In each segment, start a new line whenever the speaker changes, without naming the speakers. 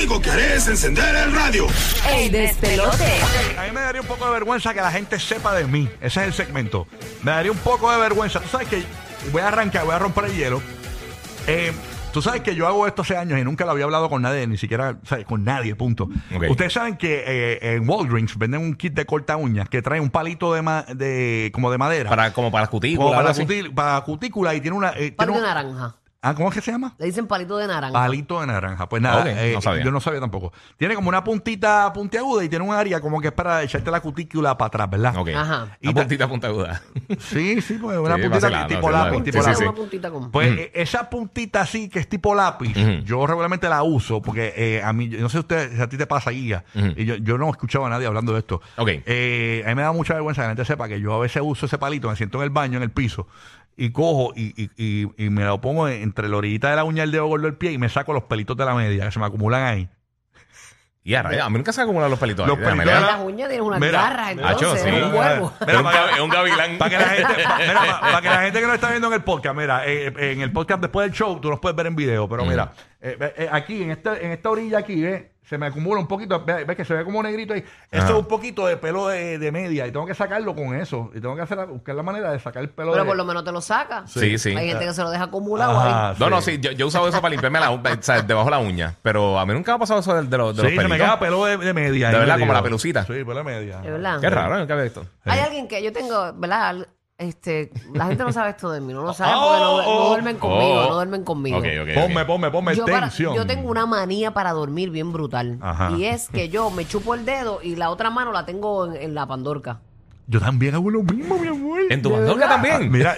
único que haré es encender el radio.
El despelote.
A mí me daría un poco de vergüenza que la gente sepa de mí. Ese es el segmento. Me daría un poco de vergüenza. Tú sabes que voy a arrancar, voy a romper el hielo. Tú sabes que yo hago esto hace años y nunca lo había hablado con nadie, ni siquiera, o sea, con nadie, punto.
Okay.
Ustedes saben que en Walgreens venden un kit de corta uñas que trae un palito como de madera.
Como para las
Como
cutículas.
para cutícula y tiene una...
Palito de naranja.
¿Cómo es que se llama?
Le dicen palito de naranja.
Palito de naranja. Pues nada,
Ok, no sabía.
yo no sabía tampoco. Tiene como una puntita puntiaguda y tiene un área como que es para echarte la cutícula para atrás, ¿verdad?
Ok.
Ajá.
Y
Una puntita puntiaguda.
Sí, pues una
Sí,
puntita
vacilando,
tipo
vacilando.
lápiz.
Sí,
Tipo
sí,
lápiz.
sí.
Una puntita como...
Pues esa puntita así que es tipo lápiz, yo regularmente la uso porque a mí, yo no sé usted, si a ti te pasa, Guía, y yo no he escuchado a nadie hablando de esto.
Ok.
A mí me da mucha vergüenza que la gente sepa que yo a veces uso ese palito, me siento en el baño, en el piso, y cojo y me lo pongo entre la orillita de la uña del dedo gordo del pie y me saco los pelitos de la media que se me acumulan ahí.
Y a mí nunca se acumulan los pelitos.
Los
ahí.
pelitos
Déjame
de
leer.
Las uñas tienen unas
Mira,
garras,
Nacho,
entonces,
sí.
es un huevo.
Mira,
Es un gavilán.
Para que la gente, para que la gente que no está viendo en el podcast, mira, en el podcast después del show, tú los puedes ver en video, pero mira, aquí, en esta orilla aquí, se me acumula un poquito, ves que se ve como negrito ahí. Eso es un poquito de pelo de media y tengo que sacarlo con eso. Y tengo que buscar la manera de sacar el pelo
Pero por lo menos te lo saca.
Sí, sí.
Hay gente que se lo deja acumulado
Ajá,
ahí.
No, sí, yo he usado eso para limpiarme o sea, debajo de la uña. Pero a mí nunca me ha pasado eso de los
Sí,
pelitos.
se me queda pelo de media.
De
ahí
verdad,
metido.
como la pelucita.
Sí, pelo de media.
¿De verdad?
Qué raro, nunca había visto.
Hay alguien que yo tengo, ¿verdad? La gente no sabe esto de mí, no lo sabe porque no duermen conmigo, no duermen conmigo.
Ok, ok.
Ponme tensión.
Yo tengo una manía para dormir bien brutal.
Ajá.
Y es que yo me chupo el dedo y la otra mano la tengo en la pandorca.
Yo también hago lo mismo, mi amor.
¿En tu
¿De
mandorca
verdad?
también?
Mira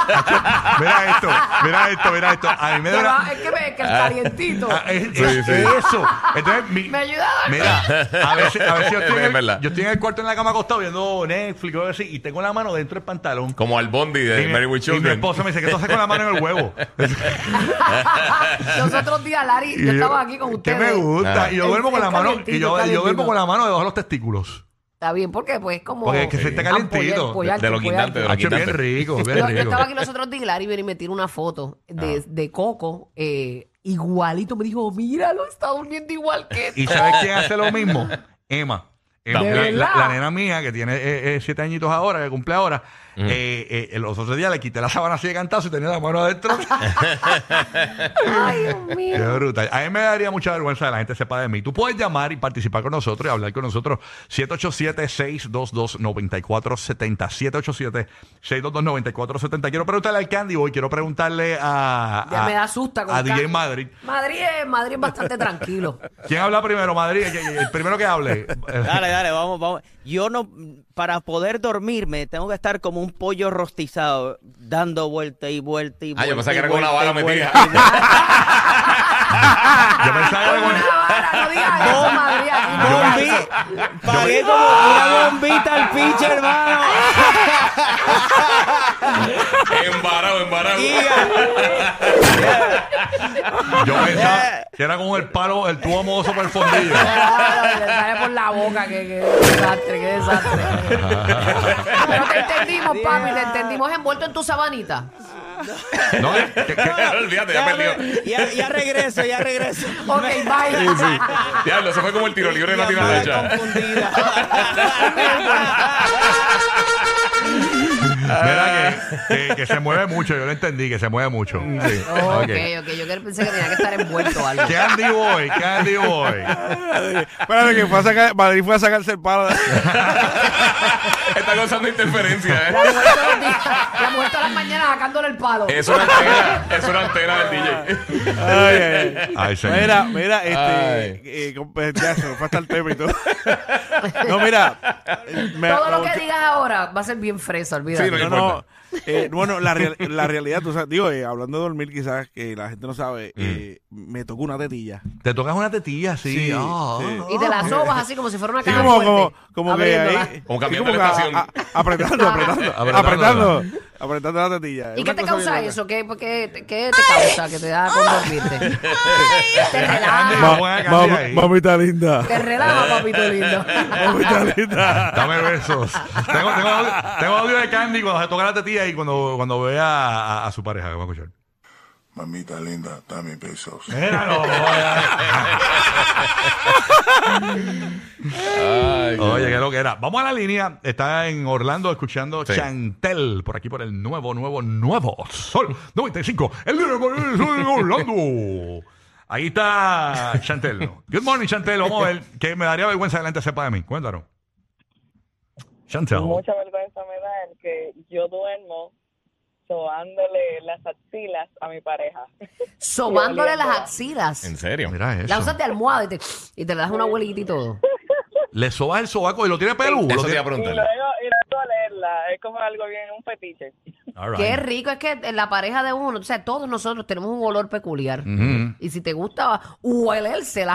esto. A mí me da
Pero
una-
es que el calientito.
Es
sí.
eso. Entonces,
Me ayuda a dormir.
mira, a veces yo estoy,
Es verdad.
yo estoy en el cuarto en la cama acostado viendo Netflix o algo así y tengo la mano dentro del pantalón.
Como al Bondi de Mary with
Y mi
Children.
esposa me dice que tú haces con la mano en el huevo.
Los otros días, Larry, yo estaba aquí con
¿Qué
ustedes.
me gusta? Y yo duermo con la mano
calientito,
y yo
calientito.
duermo con la mano debajo de los testículos.
Está bien, porque pues como...
Porque es que se esté calientito.
De lo guindante, de lo
Hacho, bien
guindante.
rico, bien
Yo
rico.
estaba aquí los otros días y Larry viene y me tira una foto de Coco, igualito. Me dijo, míralo, está durmiendo igual que tú.
¿Y sabes quién hace lo mismo? Emma.
¿De
La,
verdad?
la nena mía, que tiene 7 añitos ahora, que cumple ahora, los otros días le quité la sábana así de cantazo y tenía la mano adentro.
Ay, Dios mío.
Qué brutal. A mí me daría mucha vergüenza que la gente sepa de mí. Tú puedes llamar y participar con nosotros y hablar con nosotros. 787-622-9470. 787-622-9470. Quiero preguntarle al Candy Boy, quiero preguntarle
Ya me asusta con
a DJ
Candy.
Madrid.
Madrid es bastante tranquilo.
¿Quién habla primero, Madrid? El primero que hable.
Dale, vamos. Yo no, para poder dormirme, tengo que estar como un pollo rostizado, dando vuelta y vuelta y vuelta.
Yo pensaba que
y
era con una
vuelta
bala
y
metida.
vuelta y vuelta.
Yo pensaba que
Con una vara, no digas eso, Madrid. Aquí no digas eso.
Pagué como una bombita al pinche, hermano.
Embarado.
Yo pensaba que era con el palo, el tubo mozo por el fondillo.
Claro, le sale por la boca, qué desastre, qué desastre. Pero te entendimos, papi, te entendimos envuelto en tu sabanita.
No,
Olvídate, ya perdió.
Ya regreso.
Ok, bye.
Diablo, eso fue como el tiro libre de la
Ya
tira
me
derecha.
confundida.
Mira que se mueve mucho, yo lo entendí, que se mueve mucho. Sí.
Ok, yo pensé que tenía que estar envuelto algo.
Candy Boy.
Espérate que Madrid fue a sacarse el palo.
Está causando interferencia,
La mujer todos los días, la mujer todas las mañanas sacándole el palo.
Es una antena del DJ.
Ay, señor.
Mira, ya se me fue hasta el tema y todo. No, mira.
Todo lo que digas ahora va a ser bien fresa, olvídate.
Sí, no importa.
Bueno, la realidad, tú sabes, digo, hablando de dormir, quizás que la gente no sabe, me tocó una tetilla.
Te tocas una tetilla, sí.
Sí,
Ah,
sí.
Y te la sobas así como si fuera una
Sí,
caja
como que
abriéndola.
ahí.
Como
sí,
cambiando
que
la estación.
apretando la tetilla.
¿Y
Una
qué te
cosa
causa
bien
eso? ¿Qué te causa que te da con dormirte? Te relaja.
Mamita linda.
Te relaja, papito lindo.
Mamita linda.
Dame besos. Tengo audio de Candy cuando se toca la tetilla y cuando ve a su pareja. Vamos a escuchar.
Mamita linda, dame besos.
Míralo.
Ay,
Oye, qué lo que era. Vamos a la línea. Está en Orlando escuchando
Sí.
Chantel por aquí por el nuevo Sol 95. El nuevo Sol de Orlando. Ahí está Chantel. Good morning, Chantel. Vamos a ver que me daría vergüenza que la gente sepa de mí. Cuéntanos. Chantel.
Mucha vergüenza me da el que yo duermo sobándole las axilas a mi pareja.
Sobándole las axilas.
¿En serio?
Mira eso.
La usas de almohada y te le das una huelita y todo.
Le sobas el sobaco y lo tiene peludo.
Eso
Lo
te iba a
tiene...
Y
preguntar.
luego olerla. Es como algo bien, un fetiche.
All right.
Qué rico es que en la pareja de uno, o sea, todos nosotros tenemos un olor peculiar.
Ujú.
Y si te gusta huelérsela,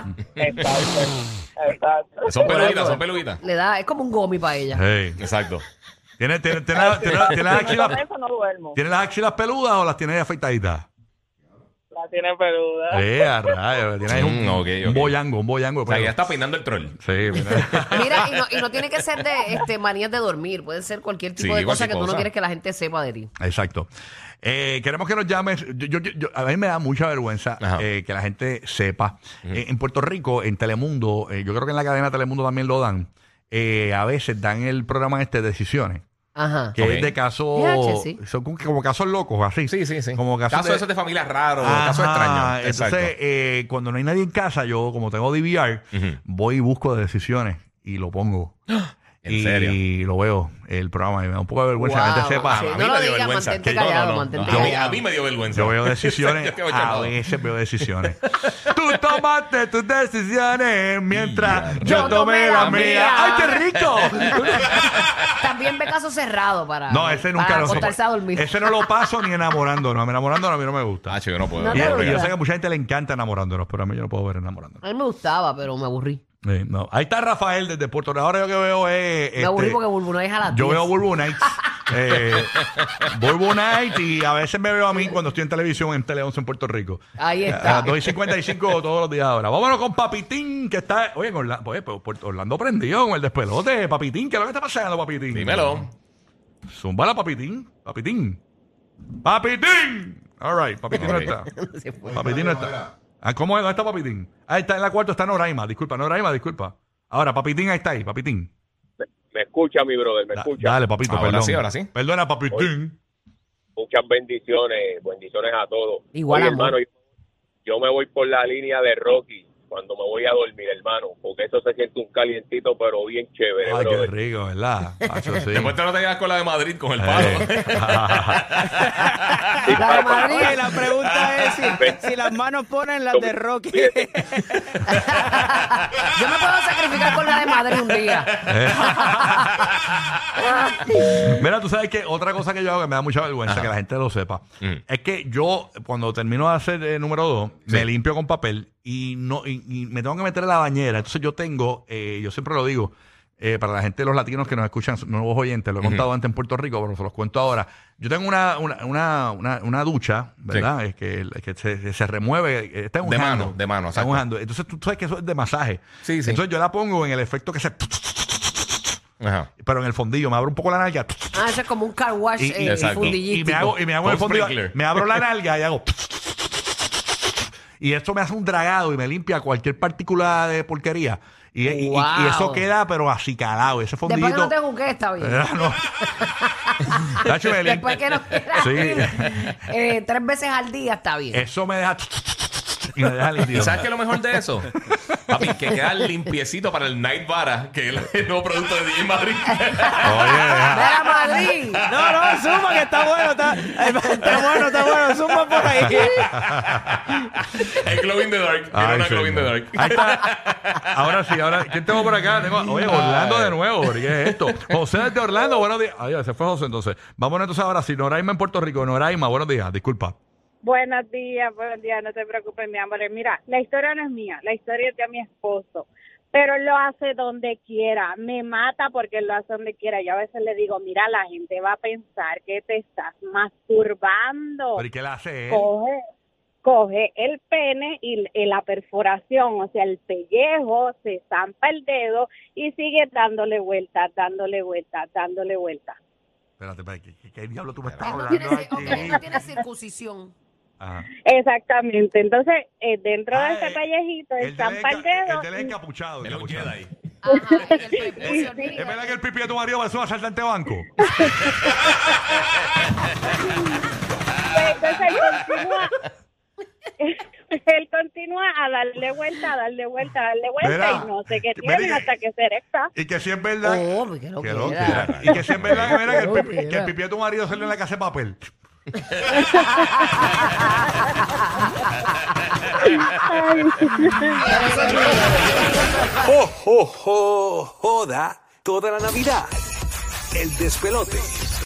Exacto.
Son peluditas.
le da, es como un gomi para ella.
Hey.
Exacto.
¿Tiene las axilas,
Con eso no duermo.
¿tiene las axilas peludas o las tiene afeitaditas?
La tiene peluda.
A rayos. Tiene ahí un,
Ok,
un
ok.
boyango, un boyango. de
O sea,
pelo.
ya está peinando el troll.
Sí, mira.
Mira, y no tiene que ser de manías de dormir, puede ser cualquier tipo
Sí,
de cosa
cualquier
que tú no
cosa.
quieres que la gente sepa de ti.
Exacto. Queremos que nos llames. A mí me da mucha vergüenza
Ajá.
que la gente sepa. En Puerto Rico, en Telemundo, yo creo que en la cadena Telemundo también lo dan. A veces dan el programa de Decisiones.
Ajá.
Que
Ok.
es de casos.
DH, sí.
Son como casos locos, así.
Sí.
Como casos
Casos esos de familia raros, casos
Ajá.
extraños.
Entonces,
Exacto.
cuando no hay nadie en casa, yo, como tengo DVR, voy y busco Decisiones y lo pongo.
¿En serio?
Y lo veo, el programa, y me da un poco de vergüenza que la gente
Wow.
sepa.
Sí,
A
no
mí
lo
me dio
digas,
vergüenza.
mantente
No, no,
callado,
no.
mantente
A mí-
callado.
A mí me dio vergüenza.
Yo veo Decisiones,
Yo tengo
a
chapado.
veces veo Decisiones. Tú tomaste tus decisiones mientras yo
Yo
tomé la
tomé la
mía.
mía.
¡Ay, qué rico!
También ve caso cerrado para,
No, ese nunca
para
lo
acostarse a dormir.
Ese no lo paso ni enamorándonos. Enamorándonos a mí no me gusta.
Ah, chico, yo no puedo.
No
Y
te
yo
gusta.
sé que a mucha gente le encanta enamorándonos, pero a mí yo no puedo ver enamorándonos.
A mí me gustaba, pero me aburrí.
No. Ahí está Rafael desde Puerto Rico. Ahora yo que veo es.
Me aburrí porque Bulbuna es a las
Yo
10.
veo Bulbu Nights. Bulbu Nights y a veces me veo a mí cuando estoy en televisión en Tele 11 en Puerto Rico.
Ahí
A
está.
las 2:55 todos los días ahora. Vámonos con Papitín, que está. Oye, con Orlando prendió con el despelote. Papitín, ¿qué es lo que está pasando, Papitín?
Dímelo.
Zúmbala, Papitín. Papitín. ¡Papitín! All right, Papitín no
Ok.
está.
Se fue.
Papitín no está. ¿Cómo es? ¿Dónde está Papitín? Ahí está en la cuarta, está Noraima. Disculpa. Ahora, Papitín, ahí está ahí, Papitín.
Me escucha, mi brother, me escucha.
Dale, papito,
Ahora
perdón.
sí, ahora sí.
Perdona, Papitín.
Muchas bendiciones a todos.
Igual,
Oye,
amor.
hermano, yo me voy por la línea de Rocky cuando me voy a dormir, hermano, porque eso se siente un calientito, pero bien chévere,
Ay, qué
brother.
rico, ¿verdad? Macho, sí.
Después te no te quedas con la de Madrid con el palo.
La de Madrid.
Oye, la pregunta es si las manos ponen las de Rocky.
Yo me puedo sacrificar con la de Madrid un día.
Mira, tú sabes que otra cosa que yo hago que me da mucha vergüenza,
Ajá.
que la gente lo sepa,
Mm.
es que yo, cuando termino de hacer el número 2, me limpio con papel y me tengo que meter en la bañera. Entonces yo tengo, yo siempre lo digo, para la gente de los latinos que nos escuchan, nuevos oyentes, lo he contado antes en Puerto Rico, pero se los cuento ahora. Yo tengo una ducha, ¿verdad? Es que se remueve, está en un
De mano,
handle.
de mano,
Está en
exacto.
un handle. Entonces tú sabes que eso es de masaje.
Sí, sí.
Entonces yo la pongo en el efecto que se...
Ajá.
Pero en el fondillo, me abro un poco la nalga.
Ah, eso es como un car wash
exacto.
Y me hago en el
Con
fondillo,
sprinkler.
me abro la nalga y hago. Y esto me hace un dragado y me limpia cualquier partícula de porquería. Y
Wow.
eso queda, pero acicalado. Ese
Después que
fondillito.
no te jugué, está bien.
No. Tacho, me
Después
limpia.
que no quieras
Sí.
ir, 3 veces al día, está bien.
Eso me deja. Y me deja
¿Y
limpio.
sabes qué es lo mejor de eso? Papi, que queda limpiecito para el Night Vara, que es el nuevo producto de DJ Madrid.
Oye, deja.
¡Mira, Madrid!
No, suma que está bueno, está bueno, suma por ahí.
El Glow in the Dark. Tiene
Ay,
una
sí,
Glow in the
no.
Dark.
Ahí está. Ahora sí, ¿quién tengo por acá? Oye, Orlando de nuevo. ¿Qué es esto? José desde Orlando, buenos días. Ay, se fue José entonces. Vamos entonces ahora, si Noraima en Puerto Rico. Noraima, buenos días, disculpa.
Buenos días, no te preocupes, mi amor. Mira, la historia no es mía, la historia es de mi esposo, pero él lo hace donde quiera, me mata porque él lo hace donde quiera. Yo a veces le digo, mira, la gente va a pensar que te estás masturbando.
¿Pero y qué le hace él?
Coge el pene y la perforación, o sea, el pellejo, se zampa el dedo y sigue dándole vueltas.
Espérate, ¿qué diablo tú me estás
Él no
hablando
tiene,
aquí?
ok, él no tiene circuncisión.
Ajá.
Exactamente. Entonces, dentro de ese
el-
pellejito, el
El de
zampa el
el
dedo.
de él es encapuchado.
De un
encapuchado.
Jedi.
Ajá, y el prepucio,
¿Es verdad que el pipi de tu marido parece un asaltante de banco?
Entonces él continúa a darle vuelta, a darle vuelta, a darle vuelta
Mira,
y no sé qué
mira
tiene
que-
hasta que se erecta.
Y que si es verdad.
Oh, pues que lo
que lo
quiera.
quiera. Y que si es verdad que, mira, que,
Que lo
que el
quiera.
pipi de tu marido salió en la casa de papel.
¡Jo, jo, jo! Joda toda la Navidad. El despelote.